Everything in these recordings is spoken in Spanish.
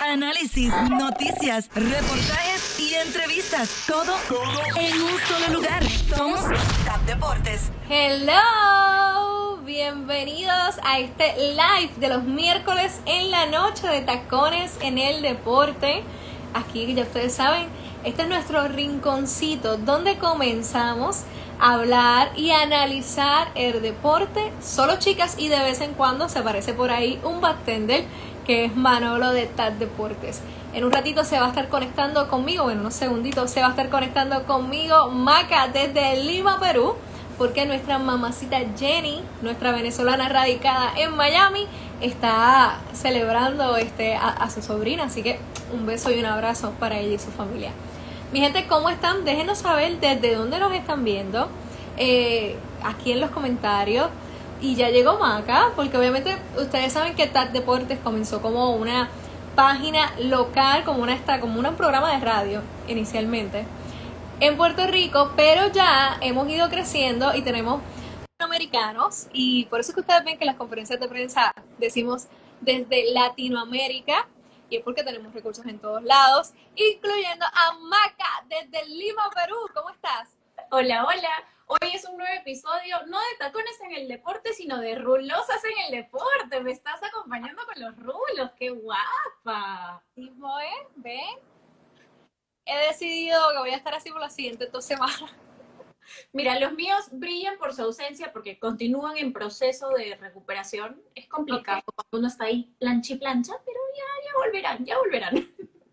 análisis, noticias, reportajes y entrevistas. Todo en un solo lugar. Somos TAP Deportes. Hello, bienvenidos a este live de los miércoles en la noche de Tacones en el Deporte. Aquí ya ustedes saben, este es nuestro rinconcito donde comenzamos a hablar y analizar el deporte. Solo chicas, y de vez en cuando se aparece por ahí un bartender que es Manolo de TAP Deportes. En un ratito se va a estar conectando conmigo, bueno, unos segunditos, se va a estar conectando conmigo Maca desde Lima, Perú, porque nuestra mamacita Jenny, nuestra venezolana radicada en Miami, está celebrando a su sobrina, así que un beso y un abrazo para ella y su familia. Mi gente, ¿cómo están? Déjenos saber desde dónde nos están viendo, aquí en los comentarios. Y ya llegó Maca, porque obviamente ustedes saben que TAP Deportes comenzó como una página local, como un programa de radio inicialmente en Puerto Rico, pero ya hemos ido creciendo y tenemos americanos, y por eso es que ustedes ven que en las conferencias de prensa decimos desde Latinoamérica, y es porque tenemos recursos en todos lados, incluyendo a Maca desde Lima, Perú. ¿Cómo estás? Hola, hola. Hoy es un nuevo episodio, no de Tacones en el Deporte, sino de Rulosas en el Deporte. Me estás acompañando con los rulos, ¡qué guapa! ¿Y ven? He decidido que voy a estar así por las siguientes 2 semanas. Mira, los míos brillan por su ausencia porque continúan en proceso de recuperación. Es complicado cuando uno está ahí plancha, pero ya volverán.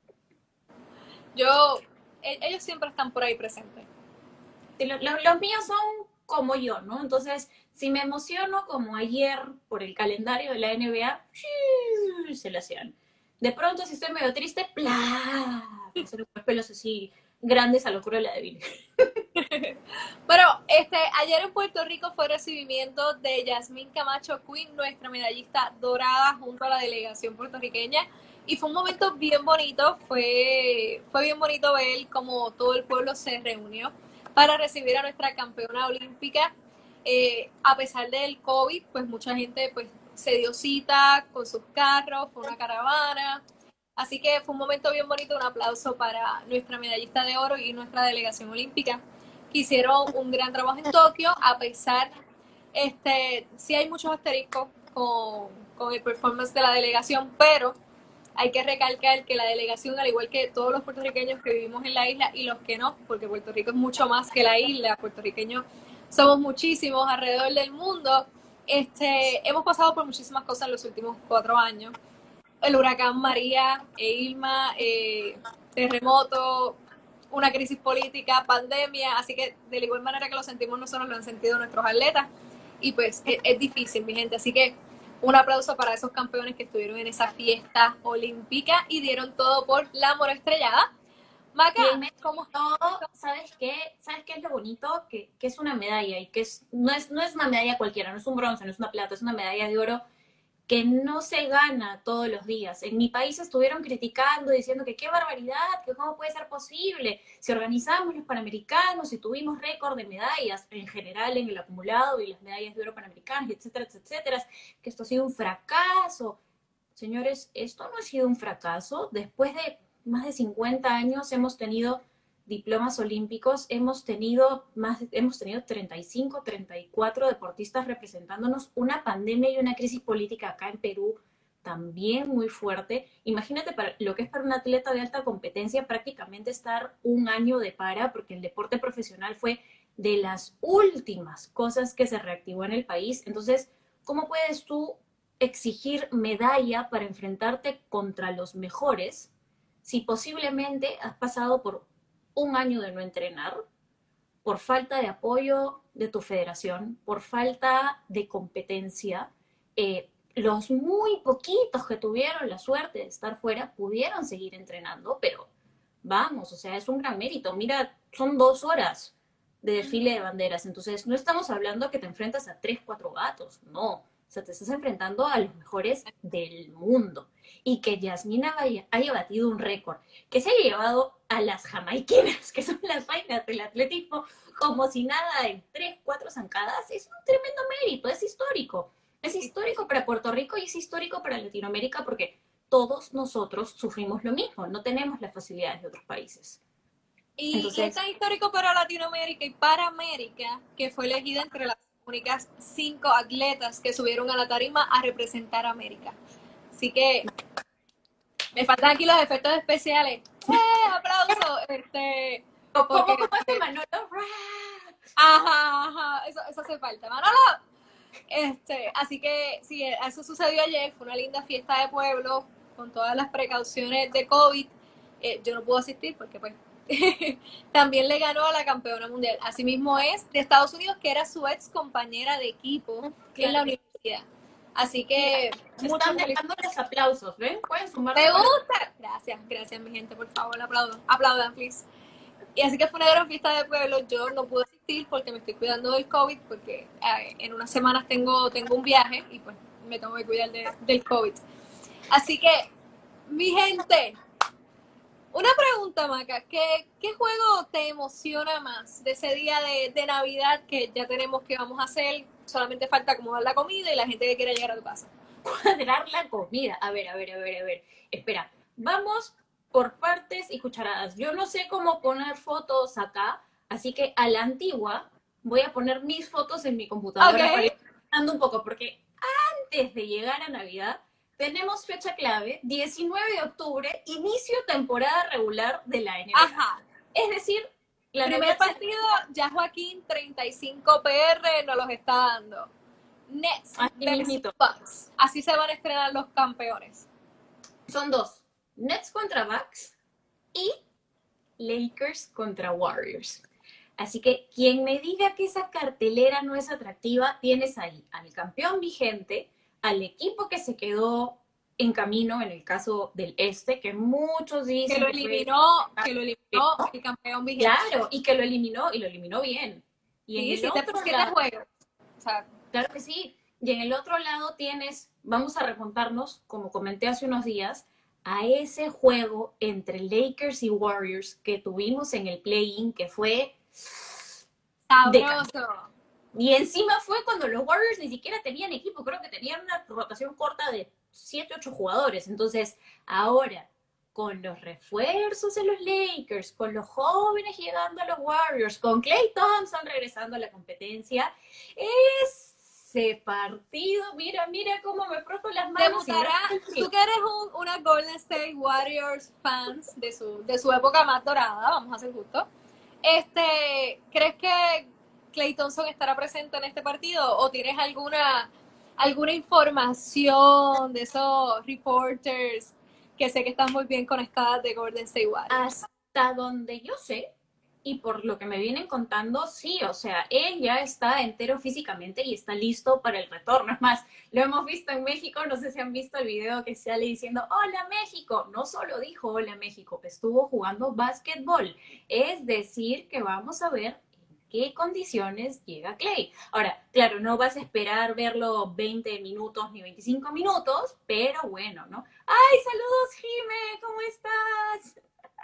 Ellos siempre están por ahí presentes. Los míos son como yo, ¿no? Entonces, si me emociono como ayer por el calendario de la NBA, se lo hacían. De pronto, si estoy medio triste, ¡plá! Se los pelos así grandes a locura de la débil. Bueno, ayer en Puerto Rico fue recibimiento de Yasmín Camacho Queen, nuestra medallista dorada, junto a la delegación puertorriqueña, y fue un momento bien bonito. Fue bien bonito ver cómo todo el pueblo se reunió para recibir a nuestra campeona olímpica. A pesar del COVID, pues mucha gente pues se dio cita con sus carros, fue una caravana. Así que fue un momento bien bonito. Un aplauso para nuestra medallista de oro y nuestra delegación olímpica, que hicieron un gran trabajo en Tokio, a pesar, sí hay muchos asteriscos con el performance de la delegación, pero hay que recalcar que la delegación, al igual que todos los puertorriqueños que vivimos en la isla y los que no, porque Puerto Rico es mucho más que la isla, puertorriqueños somos muchísimos alrededor del mundo, hemos pasado por muchísimas cosas en los últimos 4 años. El huracán María e Irma, terremoto, una crisis política, pandemia, así que de la igual manera que lo sentimos nosotros, lo han sentido nuestros atletas, y pues es difícil, mi gente, así que un aplauso para esos campeones que estuvieron en esa fiesta olímpica y dieron todo por la moro estrellada. Maca, ¿cómo todo? ¿Sabes qué? ¿Sabes qué es lo bonito? Que es una medalla, y que no es una medalla cualquiera, no es un bronce, no es una plata, es una medalla de oro que no se gana todos los días. En mi país estuvieron criticando, diciendo que qué barbaridad, que cómo puede ser posible, si organizamos los Panamericanos, si tuvimos récord de medallas en general en el acumulado y las medallas de oro panamericanas, etcétera, etcétera, que esto ha sido un fracaso. Señores, esto no ha sido un fracaso. Después de más de 50 años hemos tenido diplomas olímpicos, hemos tenido 35, 34 deportistas representándonos, una pandemia y una crisis política acá en Perú también muy fuerte. Imagínate para lo que es para un atleta de alta competencia prácticamente estar un año de para, porque el deporte profesional fue de las últimas cosas que se reactivó en el país. Entonces, ¿cómo puedes tú exigir medalla para enfrentarte contra los mejores si posiblemente has pasado por un año de no entrenar, por falta de apoyo de tu federación, por falta de competencia? Los muy poquitos que tuvieron la suerte de estar fuera pudieron seguir entrenando, pero vamos, o sea, es un gran mérito. Mira, son 2 horas de desfile de banderas, entonces no estamos hablando que te enfrentas a 3, 4 gatos, no. O sea, te estás enfrentando a los mejores del mundo. Y que Yasmina haya batido un récord, que se haya llevado a las jamaiquinas, que son las reinas del atletismo, como si nada, en 3, 4 zancadas, es un tremendo mérito, es histórico. Es histórico para Puerto Rico y es histórico para Latinoamérica, porque todos nosotros sufrimos lo mismo, no tenemos las facilidades de otros países. Y es tan histórico para Latinoamérica y para América que fue elegida entre las únicas 5 atletas que subieron a la tarima a representar a América. Así que me faltan aquí los efectos especiales. ¡Aplausos! ¿Cómo hace Manolo? Ajá, eso hace falta. ¡Manolo! Así que sí, eso sucedió ayer, fue una linda fiesta de pueblo con todas las precauciones de COVID. Yo no pude asistir porque pues también le ganó a la campeona mundial. Asimismo es de Estados Unidos, que era su ex compañera de equipo en la universidad. Así que están dejando los aplausos, ¿ven? Pueden sumarse. Me gusta. Gracias mi gente, por favor, aplaudan, please. Y así que fue una gran fiesta de pueblo. Yo no pude asistir porque me estoy cuidando del COVID, porque en unas semanas tengo un viaje y pues me tengo que cuidar del COVID. Así que, mi gente, una pregunta, Maca, ¿qué juego te emociona más de ese día de Navidad que ya tenemos que vamos a hacer? Solamente falta acomodar la comida y la gente que quiera llegar a tu casa. Cuadrar la comida. A ver. Espera, vamos por partes y cucharadas. Yo no sé cómo poner fotos acá, así que a la antigua voy a poner mis fotos en mi computadora para ir pensando un poco, porque antes de llegar a Navidad tenemos fecha clave, 19 de octubre, inicio temporada regular de la NBA. Ajá. Es decir, el primer partido, ya Joaquín 35 PR nos los está dando. Nets versus Bucks. Así se van a estrenar los campeones. Son 2. Nets contra Bucks y Lakers contra Warriors. Así que quien me diga que esa cartelera no es atractiva, tienes ahí al campeón vigente, al equipo que se quedó en camino, en el caso del que muchos dicen que lo eliminó el campeón vigente. Claro, y que lo eliminó bien. Y en el otro lado, juegos. O sea, claro que sí. Y en el otro lado tienes, vamos a remontarnos, como comenté hace unos días, a ese juego entre Lakers y Warriors que tuvimos en el play-in, que fue sabroso. Y encima fue cuando los Warriors ni siquiera tenían equipo, creo que tenían una rotación corta de 7, 8 jugadores. Entonces, ahora, con los refuerzos en los Lakers, con los jóvenes llegando a los Warriors, con Klay Thompson regresando a la competencia, ese partido, mira cómo me froto las manos. Debutará, tú que eres una Golden State Warriors fans de su época más dorada, vamos a ser justos, ¿crees que Klay Thompson estará presente en este partido o tienes alguna información de esos reporters que sé que están muy bien conectadas de Golden State Warriors? Hasta donde yo sé, y por lo que me vienen contando, sí, o sea, él ya está entero físicamente y está listo para el retorno. Es más, lo hemos visto en México, no sé si han visto el video que sale diciendo ¡Hola México! No solo dijo ¡Hola México!, estuvo jugando básquetbol. Es decir, que vamos a ver qué condiciones llega Klay. Ahora, claro, no vas a esperar verlo 20 minutos ni 25 minutos, pero bueno, ¿no? ¡Ay, saludos, Jime! ¿Cómo estás?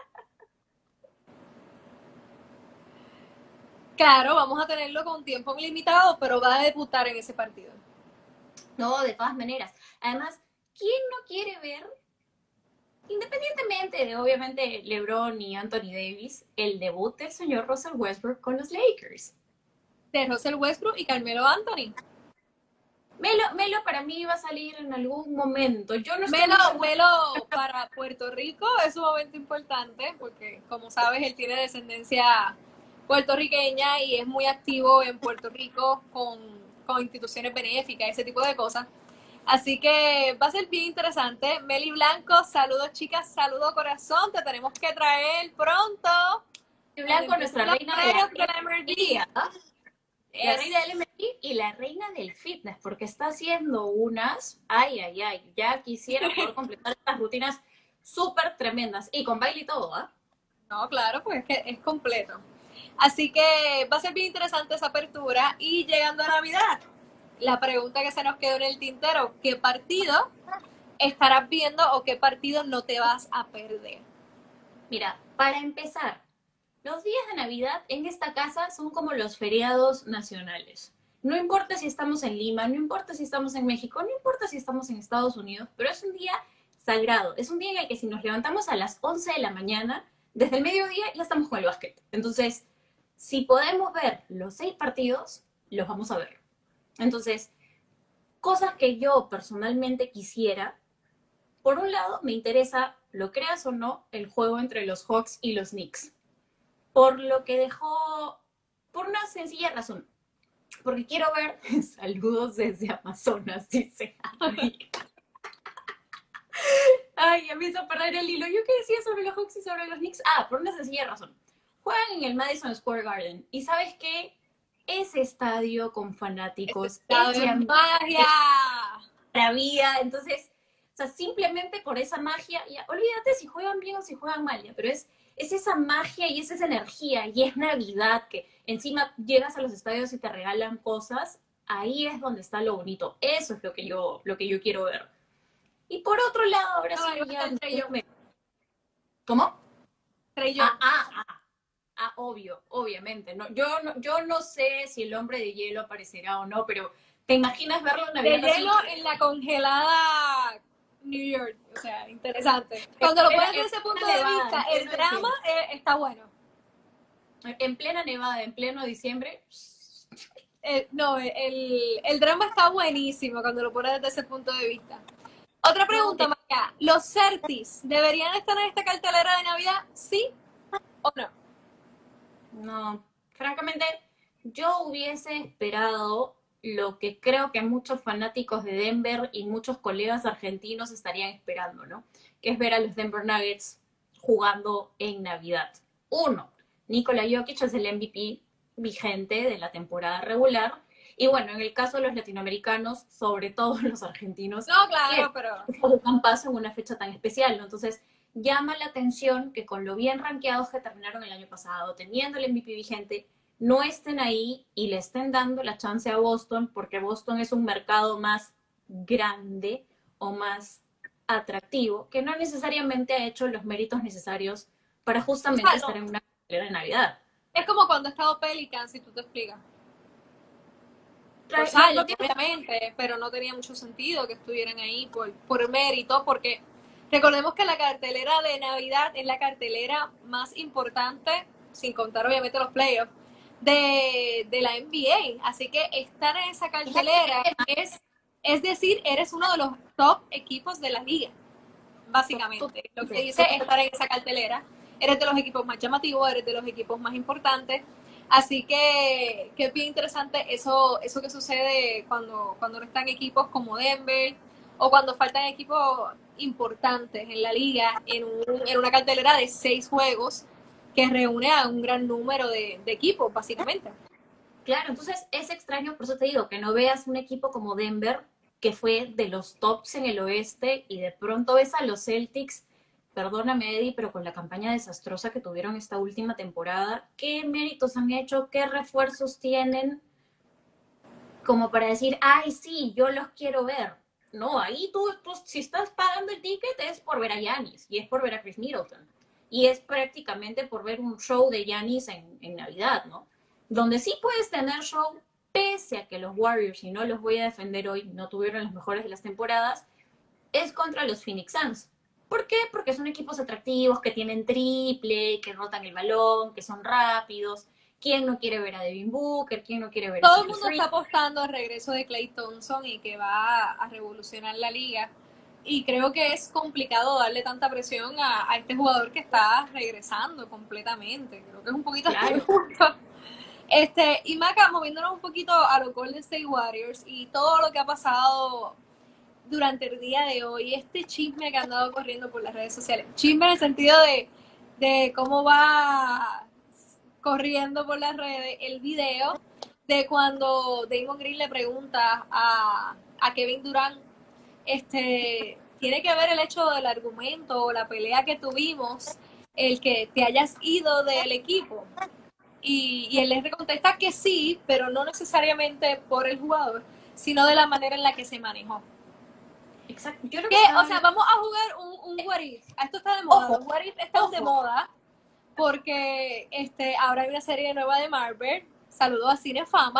Claro, vamos a tenerlo con tiempo limitado, pero va a debutar en ese partido. No, de todas maneras. Además, ¿quién no quiere ver, independientemente de obviamente LeBron y Anthony Davis, el debut del señor Russell Westbrook con los Lakers? De Russell Westbrook y Carmelo Anthony. Melo para mí iba a salir en algún momento. Yo no Melo para Puerto Rico es un momento importante porque, como sabes, él tiene descendencia puertorriqueña y es muy activo en Puerto Rico con instituciones benéficas, ese tipo de cosas. Así que va a ser bien interesante. Meli Blanco, saludos chicas, saludos corazón, te tenemos que traer pronto. Meli Blanco, nuestra reina de la emergía. La reina del MRT y la reina del fitness, porque está haciendo unas, ya quisiera poder completar estas rutinas súper tremendas y con baile y todo, ¿ah? No, claro, pues es que es completo. Así que va a ser bien interesante esa apertura. Y llegando a Navidad, la pregunta que se nos quedó en el tintero, ¿qué partido estarás viendo o qué partido no te vas a perder? Mira, para empezar, los días de Navidad en esta casa son como los feriados nacionales. No importa si estamos en Lima, no importa si estamos en México, no importa si estamos en Estados Unidos, pero es un día sagrado. Es un día en el que si nos levantamos a las 11 de la mañana, desde el mediodía ya estamos con el básquet. Entonces, si podemos ver los 6 partidos, los vamos a ver. Entonces, cosas que yo personalmente quisiera, por un lado, me interesa, lo creas o no, el juego entre los Hawks y los Knicks. Por lo que dejó, por una sencilla razón. Porque quiero ver, saludos desde Amazonas, dice Ari. Ay, ya me hizo perder el hilo. ¿Yo qué decía sobre los Hawks y sobre los Knicks? Ah, por una sencilla razón. Juegan en el Madison Square Garden. ¿Y sabes qué? Ese estadio con fanáticos es magia. Maravilla. Entonces, o sea, simplemente por esa magia, ya, olvídate si juegan bien o si juegan mal, ya, pero es esa magia y es esa energía, y es Navidad, que encima llegas a los estadios y te regalan cosas, ahí es donde está lo bonito. Eso es lo que yo quiero ver. Y por otro lado, ahora sí ¿Cómo? Obviamente. No, yo no sé si el hombre de hielo aparecerá o no, pero ¿te imaginas verlo en Navidad? De hielo en la congelada New York, o sea, interesante. Cuando lo pones desde ese punto de vista, el drama está bueno. En plena nevada, en pleno diciembre. No, el drama está buenísimo cuando lo pones desde ese punto de vista. Otra pregunta, María. ¿Los Celtics deberían estar en esta cartelera de Navidad? ¿Sí o no? No, francamente, yo hubiese esperado lo que creo que muchos fanáticos de Denver y muchos colegas argentinos estarían esperando, ¿no? Que es ver a los Denver Nuggets jugando en Navidad. 1, Nikola Jokic es el MVP vigente de la temporada regular. Y bueno, en el caso de los latinoamericanos, sobre todo los argentinos, no, claro, pero dan paso en una fecha tan especial, ¿no? Entonces, llama la atención que con lo bien rankeados que terminaron el año pasado, teniendo el MVP vigente, no estén ahí y le estén dando la chance a Boston, porque Boston es un mercado más grande o más atractivo, que no necesariamente ha hecho los méritos necesarios para justamente estar en una carrera de Navidad. Es como cuando ha estado Pelicans, si tú te explicas. Obviamente, pero no tenía mucho sentido que estuvieran ahí por mérito, porque recordemos que la cartelera de Navidad es la cartelera más importante, sin contar obviamente los playoffs, de la NBA. Así que estar en esa cartelera es decir, eres uno de los top equipos de la liga, básicamente. Lo que dice es estar en esa cartelera. Eres de los equipos más llamativos, eres de los equipos más importantes. Así que es bien interesante eso que sucede cuando no están equipos como Denver o cuando faltan equipos importantes en la liga en una cartelera de 6 juegos que reúne a un gran número de equipos, básicamente. Claro, entonces es extraño, por eso te digo, que no veas un equipo como Denver, que fue de los tops en el oeste, y de pronto ves a los Celtics. Perdóname, Eddie, pero con la campaña desastrosa que tuvieron esta última temporada, ¿qué méritos han hecho? ¿Qué refuerzos tienen? Como para decir, ay, sí, yo los quiero ver. No, ahí tú si estás pagando el ticket es por ver a Giannis y es por ver a Chris Middleton. Y es prácticamente por ver un show de Giannis en Navidad, ¿no? Donde sí puedes tener show, pese a que los Warriors, y no los voy a defender hoy, no tuvieron los mejores de las temporadas, es contra los Phoenix Suns. ¿Por qué? Porque son equipos atractivos, que tienen triple, que rotan el balón, que son rápidos. ¿Quién no quiere ver a Devin Booker? ¿Quién no quiere ver Todo a el mundo está apostando al regreso de Klay Thompson y que va a revolucionar la liga. Y creo que es complicado darle tanta presión a este jugador que está regresando completamente. Creo que es un poquito justo. Y Maca, moviéndonos un poquito a los Golden State Warriors y todo lo que ha pasado durante el día de hoy, este chisme que ha andado corriendo por las redes sociales, chisme en el sentido de cómo va corriendo por las redes el video de cuando Damon Green le pregunta a Kevin Durant, tiene que ver el hecho del argumento o la pelea que tuvimos, el que te hayas ido del equipo, y él le contesta que sí, pero no necesariamente por el jugador, sino de la manera en la que se manejó. Exacto. O sea, vamos a jugar un what if. Esto está de moda. Los what if están de moda porque ahora hay una serie nueva de Marvel. Saludos a Cinefama,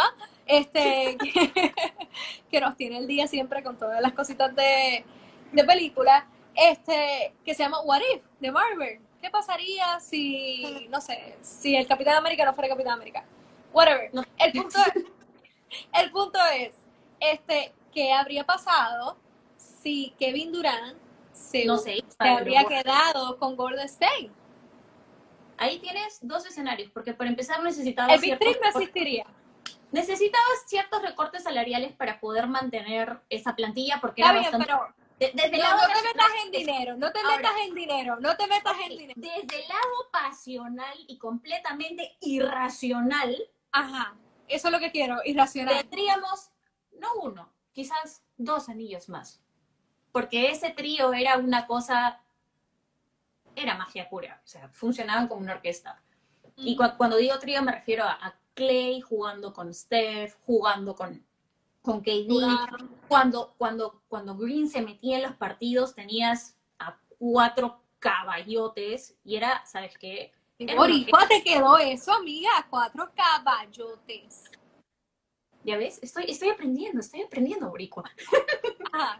que nos tiene el día siempre con todas las cositas de película. que se llama What If, de Marvel. ¿Qué pasaría si, no sé, si el Capitán América no fuera Capitán América? Whatever. No. El punto es, ¿qué habría pasado si Kevin Durant No sé, se habría quedado con Golden State? ahí tienes dos escenarios, porque para empezar necesitabas El Big Three no existiría. necesitabas ciertos recortes salariales para poder mantener esa plantilla, porque Está era bien, bastante... pero Desde el no, lado no te metas nacional, en dinero, no te ahora, metas en dinero, no te metas en dinero. desde el lado pasional y completamente irracional, Ajá, eso es lo que quiero, irracional. tendríamos, no uno, quizás dos anillos más. Porque ese trío era una cosa, era magia pura, o sea, funcionaban como una orquesta. Y cuando digo trío me refiero a Clay jugando con Steph, jugando con KD. Cuando Green se metía en los partidos tenías a 4 caballotes y era, ¿sabes qué? Boricua, te quedó eso, amiga, 4 caballotes. ¿Ya ves? Estoy aprendiendo, Boricua. Ajá.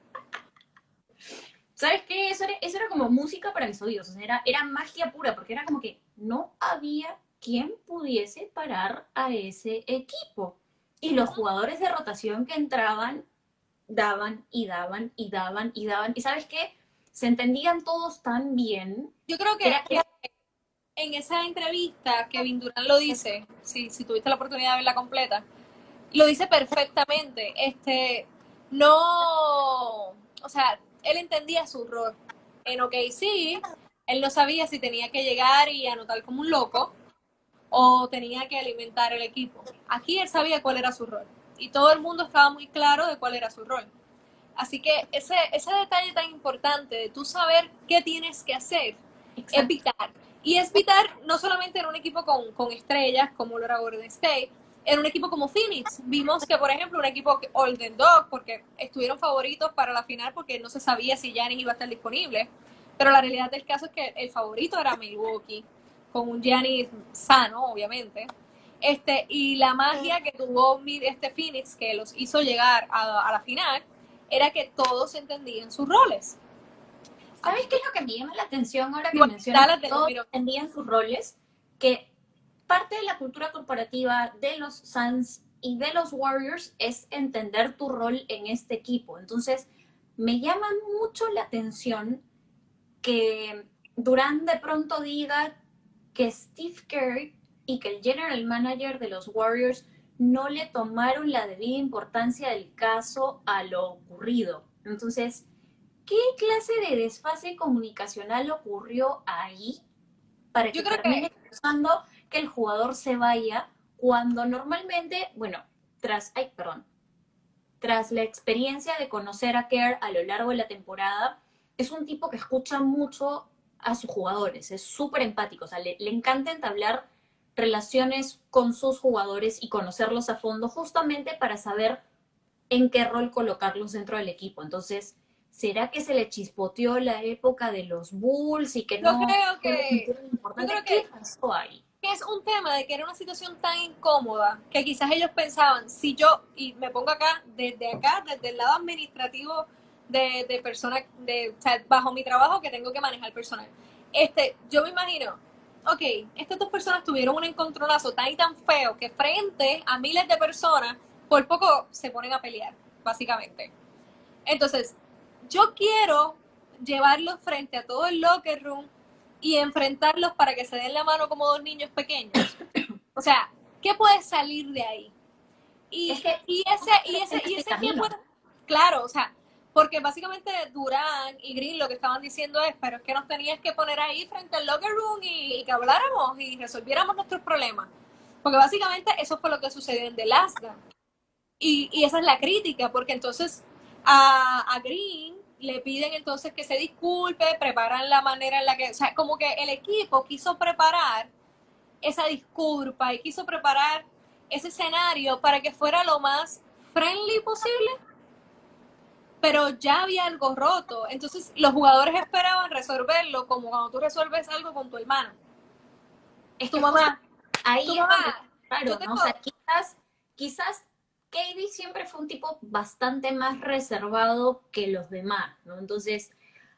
¿Sabes qué? Eso era como música para mis oídos, o sea, era magia pura, porque era como que no había quien pudiese parar a ese equipo. Y los jugadores de rotación que entraban daban y daban y daban y daban. ¿Y sabes qué? Se entendían todos tan bien. Yo creo que en esa entrevista Kevin Durant lo dice, si tuviste la oportunidad de verla completa, lo dice perfectamente. No, o sea, él entendía su rol. En OKC, él no sabía si tenía que llegar y anotar como un loco o tenía que alimentar el equipo. Aquí él sabía cuál era su rol y todo el mundo estaba muy claro de cuál era su rol. Así que ese detalle tan importante de tú saber qué tienes que hacer es vital. Y es vital no solamente en un equipo con estrellas como lo era Golden State, en un equipo como Phoenix. Vimos que, por ejemplo, un equipo Golden Dog, porque estuvieron favoritos para la final porque no se sabía si Giannis iba a estar disponible. Pero la realidad del caso es que el favorito era Milwaukee, con un Giannis sano, obviamente. Y la magia que tuvo Phoenix, que los hizo llegar a la final, era que todos entendían sus roles. ¿Sabes qué es lo que me llama la atención ahora que mencionas que todos entendían sus roles? Que parte de la cultura corporativa de los Suns y de los Warriors es entender tu rol en este equipo. Entonces, me llama mucho la atención que Durant de pronto diga que Steve Kerr y que el general manager de los Warriors no le tomaron la debida importancia del caso a lo ocurrido. Entonces, ¿qué clase de desfase comunicacional ocurrió ahí para que termine causando que el jugador se vaya cuando normalmente, bueno, tras la experiencia de conocer a Kerr a lo largo de la temporada, es un tipo que escucha mucho a sus jugadores, es súper empático, o sea, le encanta entablar relaciones con sus jugadores y conocerlos a fondo justamente para saber en qué rol colocarlos dentro del equipo. Entonces, ¿será que se le chispoteó la época de los Bulls y que no? Yo creo ¿Qué pasó ahí? Que es un tema de que era una situación tan incómoda que quizás ellos pensaban, si yo, y me pongo desde el lado administrativo de persona, o sea, bajo mi trabajo que tengo que manejar personal. Yo me imagino, ok, estas dos personas tuvieron un encontronazo tan y tan feo que frente a miles de personas, por poco se ponen a pelear, básicamente. Entonces, yo quiero llevarlos frente a todo el locker room y enfrentarlos para que se den la mano como dos niños pequeños. O sea, ¿qué puede salir de ahí? Y ese ¿qué puede? Claro, o sea, porque básicamente Durán y Green lo que estaban diciendo es, pero es que nos tenías que poner ahí frente al locker room y que habláramos y resolviéramos nuestros problemas. Porque básicamente eso fue lo que sucedió en The Last Dance. Y esa es la crítica, porque entonces a Green le piden entonces que se disculpe, preparan la manera en la que, o sea, como que el equipo quiso preparar esa disculpa y quiso preparar ese escenario para que fuera lo más friendly posible, pero ya había algo roto. Entonces los jugadores esperaban resolverlo como cuando tú resuelves algo con tu hermano. Es tu mamá. Ahí es claro, ¿no? O sea, quizás KD siempre fue un tipo bastante más reservado que los demás, ¿no? Entonces,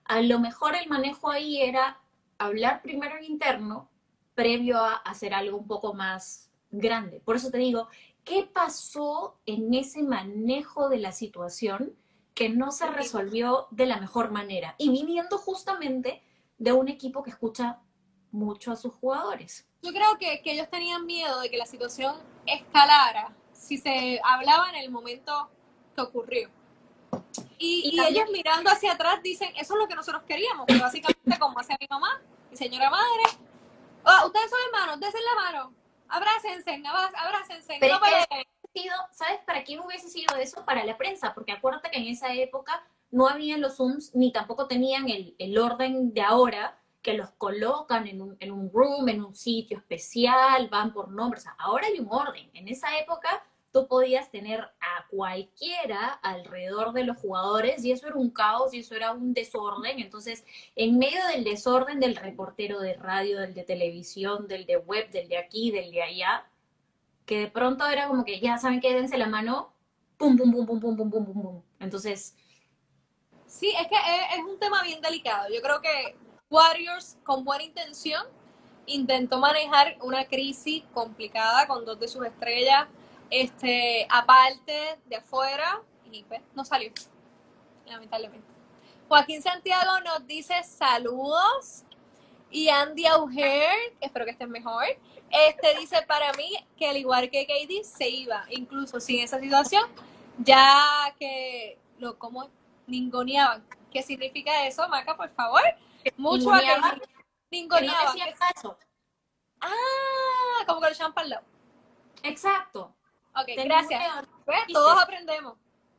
A lo mejor el manejo ahí era hablar primero en interno, previo a hacer algo un poco más grande. Por eso te digo, ¿qué pasó en ese manejo de la situación que no se resolvió de la mejor manera? Y viniendo justamente de un equipo que escucha mucho a sus jugadores. Yo creo que ellos tenían miedo de que la situación escalara si se hablaba en el momento que ocurrió. Y ellos mirando hacia atrás dicen, eso es lo que nosotros queríamos, que básicamente como hace mi mamá, mi señora madre, oh, ustedes son hermanos, dense la mano, abrácense, Pero no peleen. ¿Sabes para quién hubiese sido eso? Para la prensa, porque acuérdate que en esa época no habían los Zooms ni tampoco tenían el orden de ahora, que los colocan en un room, en un sitio especial, van por nombres. O sea, ahora hay un orden. En esa época tú podías tener a cualquiera alrededor de los jugadores y eso era un caos y eso era un desorden. Entonces, en medio del desorden del reportero de radio, del de televisión, del de web, del de aquí, del de allá, que de pronto era como que ya saben que dense la mano, pum, pum, pum, pum, pum, pum, pum, pum, pum. Entonces, Sí, es que es un tema bien delicado. Yo creo que Warriors, con buena intención, intentó manejar una crisis complicada con dos de sus estrellas, aparte de afuera, y pues no salió, lamentablemente. Joaquín Santiago nos dice saludos. Y Andy Auger, espero que estén mejor, dice para mí que al igual que KD se iba, incluso sin esa situación, ya que lo como ninguneaban. ¿Qué significa eso, Maca, por favor? Mucho a KD. Ninguneaban. Que no decía caso. Ah, como que lo echaban para el lado. Exacto. Ok, gracias. Pues, todos aprendemos.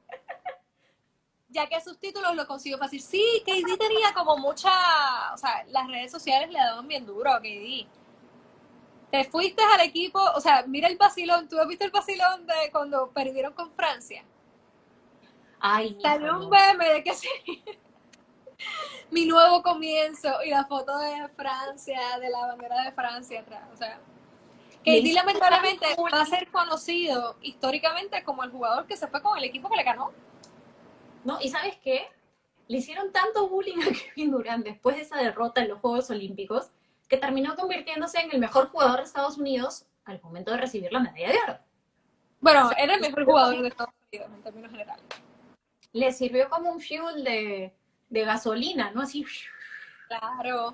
Ya que sus títulos lo consiguió fácil. Sí, KD tenía como mucha, o sea, las redes sociales le daban bien duro a KD. Te fuiste al equipo, o sea, mira el vacilón, ¿tú has visto el vacilón de cuando perdieron con Francia? Ay, salió un meme de que sí. Mi nuevo comienzo y la foto de Francia, de la bandera de Francia atrás, o sea. KD lamentablemente va a ser conocido históricamente como el jugador que se fue con el equipo que le ganó. ¿No? ¿Y sabes qué? Le hicieron tanto bullying a Kevin Durant después de esa derrota en los Juegos Olímpicos que terminó convirtiéndose en el mejor jugador de Estados Unidos al momento de recibir la medalla de oro. Bueno, o sea, era el mejor jugador de Estados Unidos en términos generales. Le sirvió como un fuel de gasolina, ¿no? Así. Claro.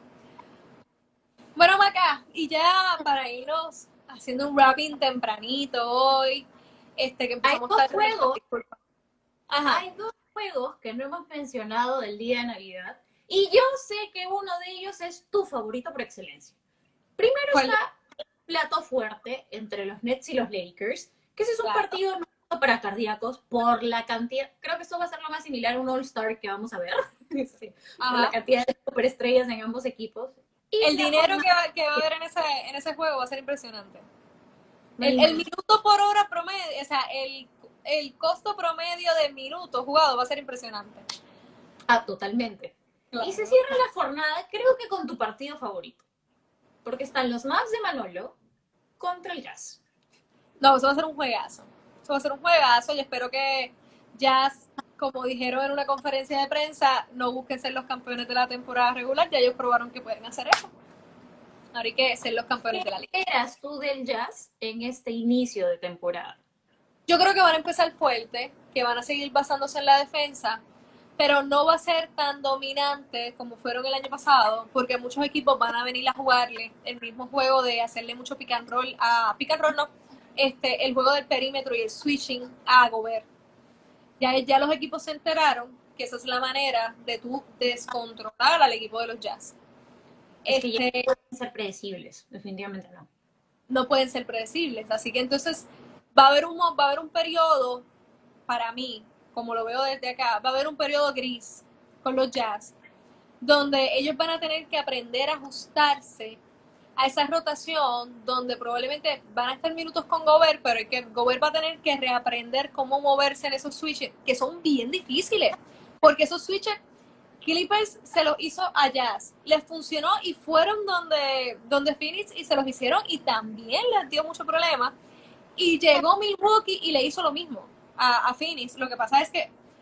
Bueno, Maca, y ya para irnos haciendo un wrapping tempranito hoy, que empezamos Hay dos juegos. Ajá. Hay dos juegos que no hemos mencionado del día de Navidad y yo sé que uno de ellos es tu favorito por excelencia. Primero está el plato fuerte entre los Nets y los Lakers, que ese es un partido no para cardíacos por la cantidad, creo que esto va a ser lo más similar a un All-Star que vamos a ver, sí, por la cantidad de superestrellas en ambos equipos. Y el dinero que va a haber en ese juego va a ser impresionante. El minuto por hora promedio, o sea, el costo promedio de minutos jugados va a ser impresionante. Ah, totalmente. Claro. Y se cierra la jornada, creo que con tu partido favorito. Porque están los Mavs de Manolo contra el Jazz. No, eso va a ser un juegazo. Eso va a ser un juegazo y espero que Jazz, como dijeron en una conferencia de prensa, no busquen ser los campeones de la temporada regular. Ya ellos probaron que pueden hacer eso. Ahora hay que ser los campeones de la liga. ¿Qué esperas tú del Jazz en este inicio de temporada? Yo creo que van a empezar fuerte, que van a seguir basándose en la defensa, pero no va a ser tan dominante como fueron el año pasado, porque muchos equipos van a venir a jugarle el mismo juego de hacerle mucho pick and roll, el juego del perímetro y el switching a Gobert. Ya los equipos se enteraron que esa es la manera de tú descontrolar al equipo de los Jazz. Es que ya no pueden ser predecibles, definitivamente no. No pueden ser predecibles, así que entonces va a haber un periodo, para mí, como lo veo desde acá, va a haber un periodo gris con los Jazz, donde ellos van a tener que aprender a ajustarse a esa rotación, donde probablemente van a estar minutos con Gobert, pero Gobert va a tener que reaprender cómo moverse en esos switches, que son bien difíciles, porque esos switches Clippers se los hizo a Jazz, les funcionó y fueron donde Phoenix y se los hicieron y también les dio mucho problema. Y llegó Milwaukee y le hizo lo mismo a Phoenix. Lo que pasa es que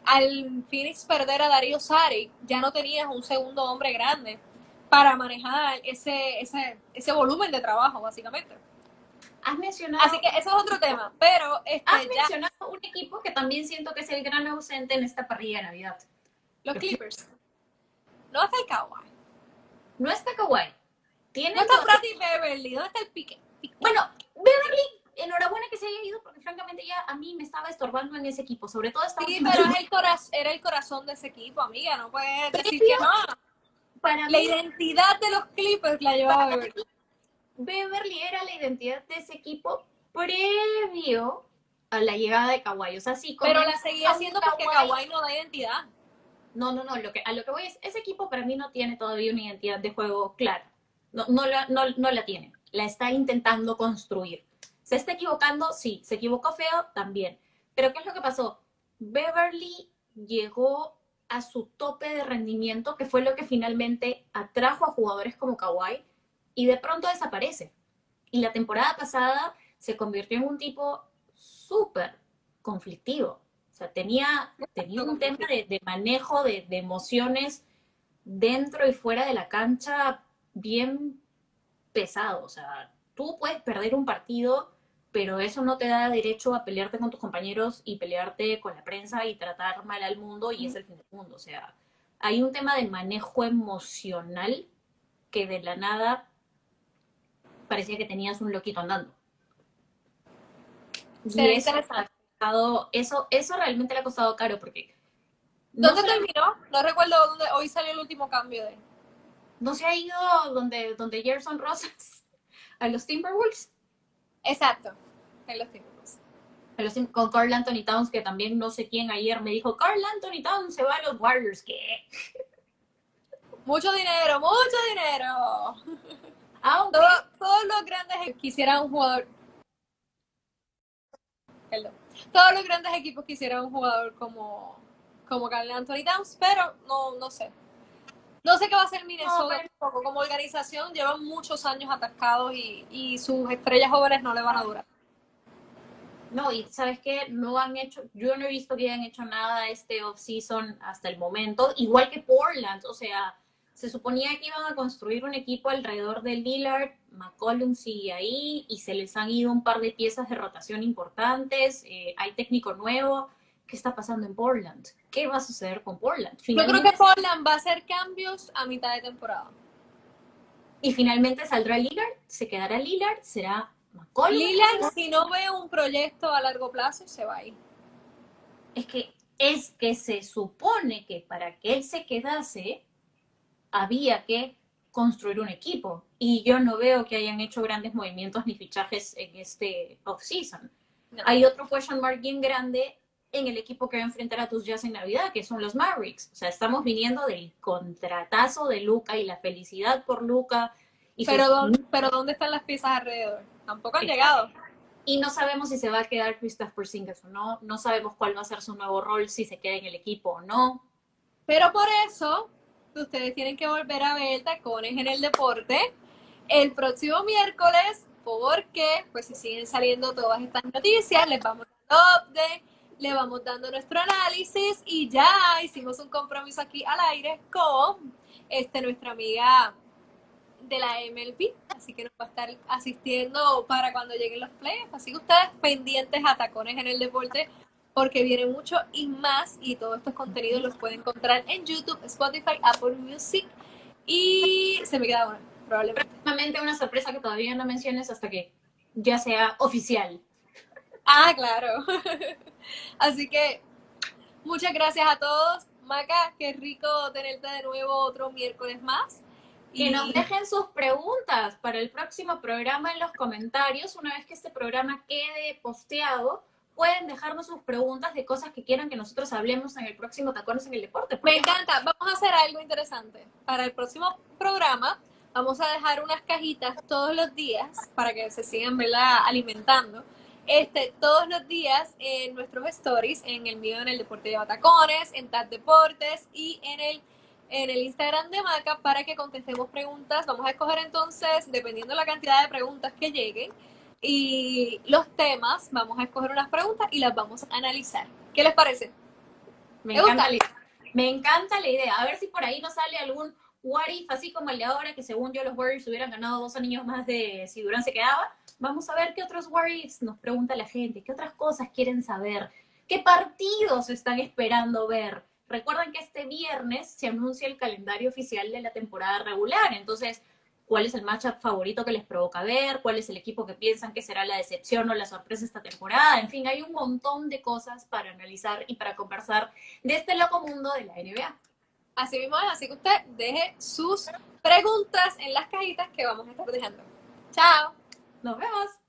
al Phoenix perder a Dario Saric, ya no tenías un segundo hombre grande para manejar ese volumen de trabajo, básicamente. Has mencionado... Así que eso es otro tema, pero has mencionado un equipo que también siento que es el gran ausente en esta parrilla de Navidad. Los Clippers. No está el Kawhi. No está Kawhi. No está Bradley Beverly. ¿Dónde está el pique? Bueno, Beverly, enhorabuena que se haya ido, porque francamente ya a mí me estaba estorbando en ese equipo, sobre todo esta última. Sí, pero era el corazón de ese equipo, amiga, no puedes decir que no. Para la identidad de los Clippers la llevaba Beverly. Beverly era la identidad de ese equipo previo a la llegada de Kawhi, o sea, sí. Pero la seguía haciendo porque Kawhi no da identidad. No, a lo que voy es, ese equipo para mí no tiene todavía una identidad de juego clara. No la tiene. La está intentando construir. ¿Se está equivocando? Sí. ¿Se equivocó feo? También. Pero ¿qué es lo que pasó? Beverly llegó a su tope de rendimiento, que fue lo que finalmente atrajo a jugadores como Kawhi, y de pronto desaparece. Y la temporada pasada se convirtió en un tipo súper conflictivo. O sea, tenía un tema de manejo de emociones dentro y fuera de la cancha bien pesado. O sea, tú puedes perder un partido, pero eso no te da derecho a pelearte con tus compañeros y pelearte con la prensa y tratar mal al mundo, y es el fin del mundo. O sea, hay un tema de manejo emocional que de la nada parecía que tenías un loquito andando. Sí, y eso realmente le ha costado caro, porque... ¿Dónde terminó? No recuerdo dónde. Hoy salió el último cambio de él. ¿No se ha ido donde Gerson Rosas? ¿A los Timberwolves? Exacto, a los Timberwolves. Con Karl Anthony Towns, que también no sé quién ayer me dijo, Karl Anthony Towns se va a los Warriors. ¿Qué? Mucho dinero, mucho dinero. Aunque todos los grandes quisieran un jugador. Perdón. Todos los grandes equipos quisieran un jugador como Karl Anthony Towns, pero no sé. No sé qué va a hacer Minnesota tampoco. Como organización llevan muchos años atascados y sus estrellas jóvenes no le van a durar. No, y ¿sabes qué? Yo no he visto que hayan hecho nada este off-season hasta el momento, igual que Portland. O sea, se suponía que iban a construir un equipo alrededor de Lillard, McCollum sigue ahí, y se les han ido un par de piezas de rotación importantes, hay técnico nuevo. ¿Qué está pasando en Portland? ¿Qué va a suceder con Portland? Yo creo que Portland va a hacer cambios a mitad de temporada. Y finalmente saldrá Lillard, se quedará Lillard, será McCollum. Lillard, si no ve un proyecto a largo plazo, se va a ir. Es que se supone que para que él se quedase, había que construir un equipo. Y yo no veo que hayan hecho grandes movimientos ni fichajes en este off-season. No. Hay otro question mark bien grande en el equipo que va a enfrentar a tus Jazz en Navidad, que son los Mavericks. O sea, estamos viniendo del contratazo de Luka y la felicidad por Luka. Pero ¿dónde están las piezas alrededor? Tampoco han llegado. Y no sabemos si se va a quedar Kristaps Porzingis o no. No sabemos cuál va a ser su nuevo rol, si se queda en el equipo o no. Pero por eso, ustedes tienen que volver a ver Tacones en el Deporte el próximo miércoles, porque pues si siguen saliendo todas estas noticias, les vamos dando update, le vamos dando nuestro análisis, y ya hicimos un compromiso aquí al aire con nuestra amiga de la MLB, así que nos va a estar asistiendo para cuando lleguen los playoffs. Así que ustedes pendientes a Tacones en el Deporte, porque viene mucho y más, y todos estos contenidos los pueden encontrar en YouTube, Spotify, Apple Music, y se me queda una, probablemente. Próximamente una sorpresa que todavía no menciones hasta que ya sea oficial. Ah, claro. Así que muchas gracias a todos. Maca, qué rico tenerte de nuevo otro miércoles más. Que nos dejen sus preguntas para el próximo programa en los comentarios. Una vez que este programa quede posteado, pueden dejarnos sus preguntas de cosas que quieran que nosotros hablemos en el próximo Tacones en el Deporte. Me encanta. Vamos a hacer algo interesante. Para el próximo programa vamos a dejar unas cajitas todos los días para que se sigan, ¿verdad?, alimentando. Todos los días en nuestros stories, en el mío en el Deporte Lleva Tacones, en TAD Deportes y en el Instagram de Maca, para que contestemos preguntas. Vamos a escoger entonces, dependiendo de la cantidad de preguntas que lleguen y los temas, vamos a escoger unas preguntas y las vamos a analizar. ¿Qué les parece? Me encanta la idea. A ver si por ahí nos sale algún what if, así como el de ahora, que según yo los Warriors hubieran ganado 2 anillos más de si Durant se quedaba. Vamos a ver qué otros what ifs nos pregunta la gente, qué otras cosas quieren saber, qué partidos están esperando ver. Recuerden que este viernes se anuncia el calendario oficial de la temporada regular, entonces, ¿cuál es el matchup favorito que les provoca ver? ¿Cuál es el equipo que piensan que será la decepción o la sorpresa esta temporada? En fin, hay un montón de cosas para analizar y para conversar de este loco mundo de la NBA. Así mismo es, así que usted deje sus preguntas en las cajitas que vamos a estar dejando. ¡Chao! Nos vemos.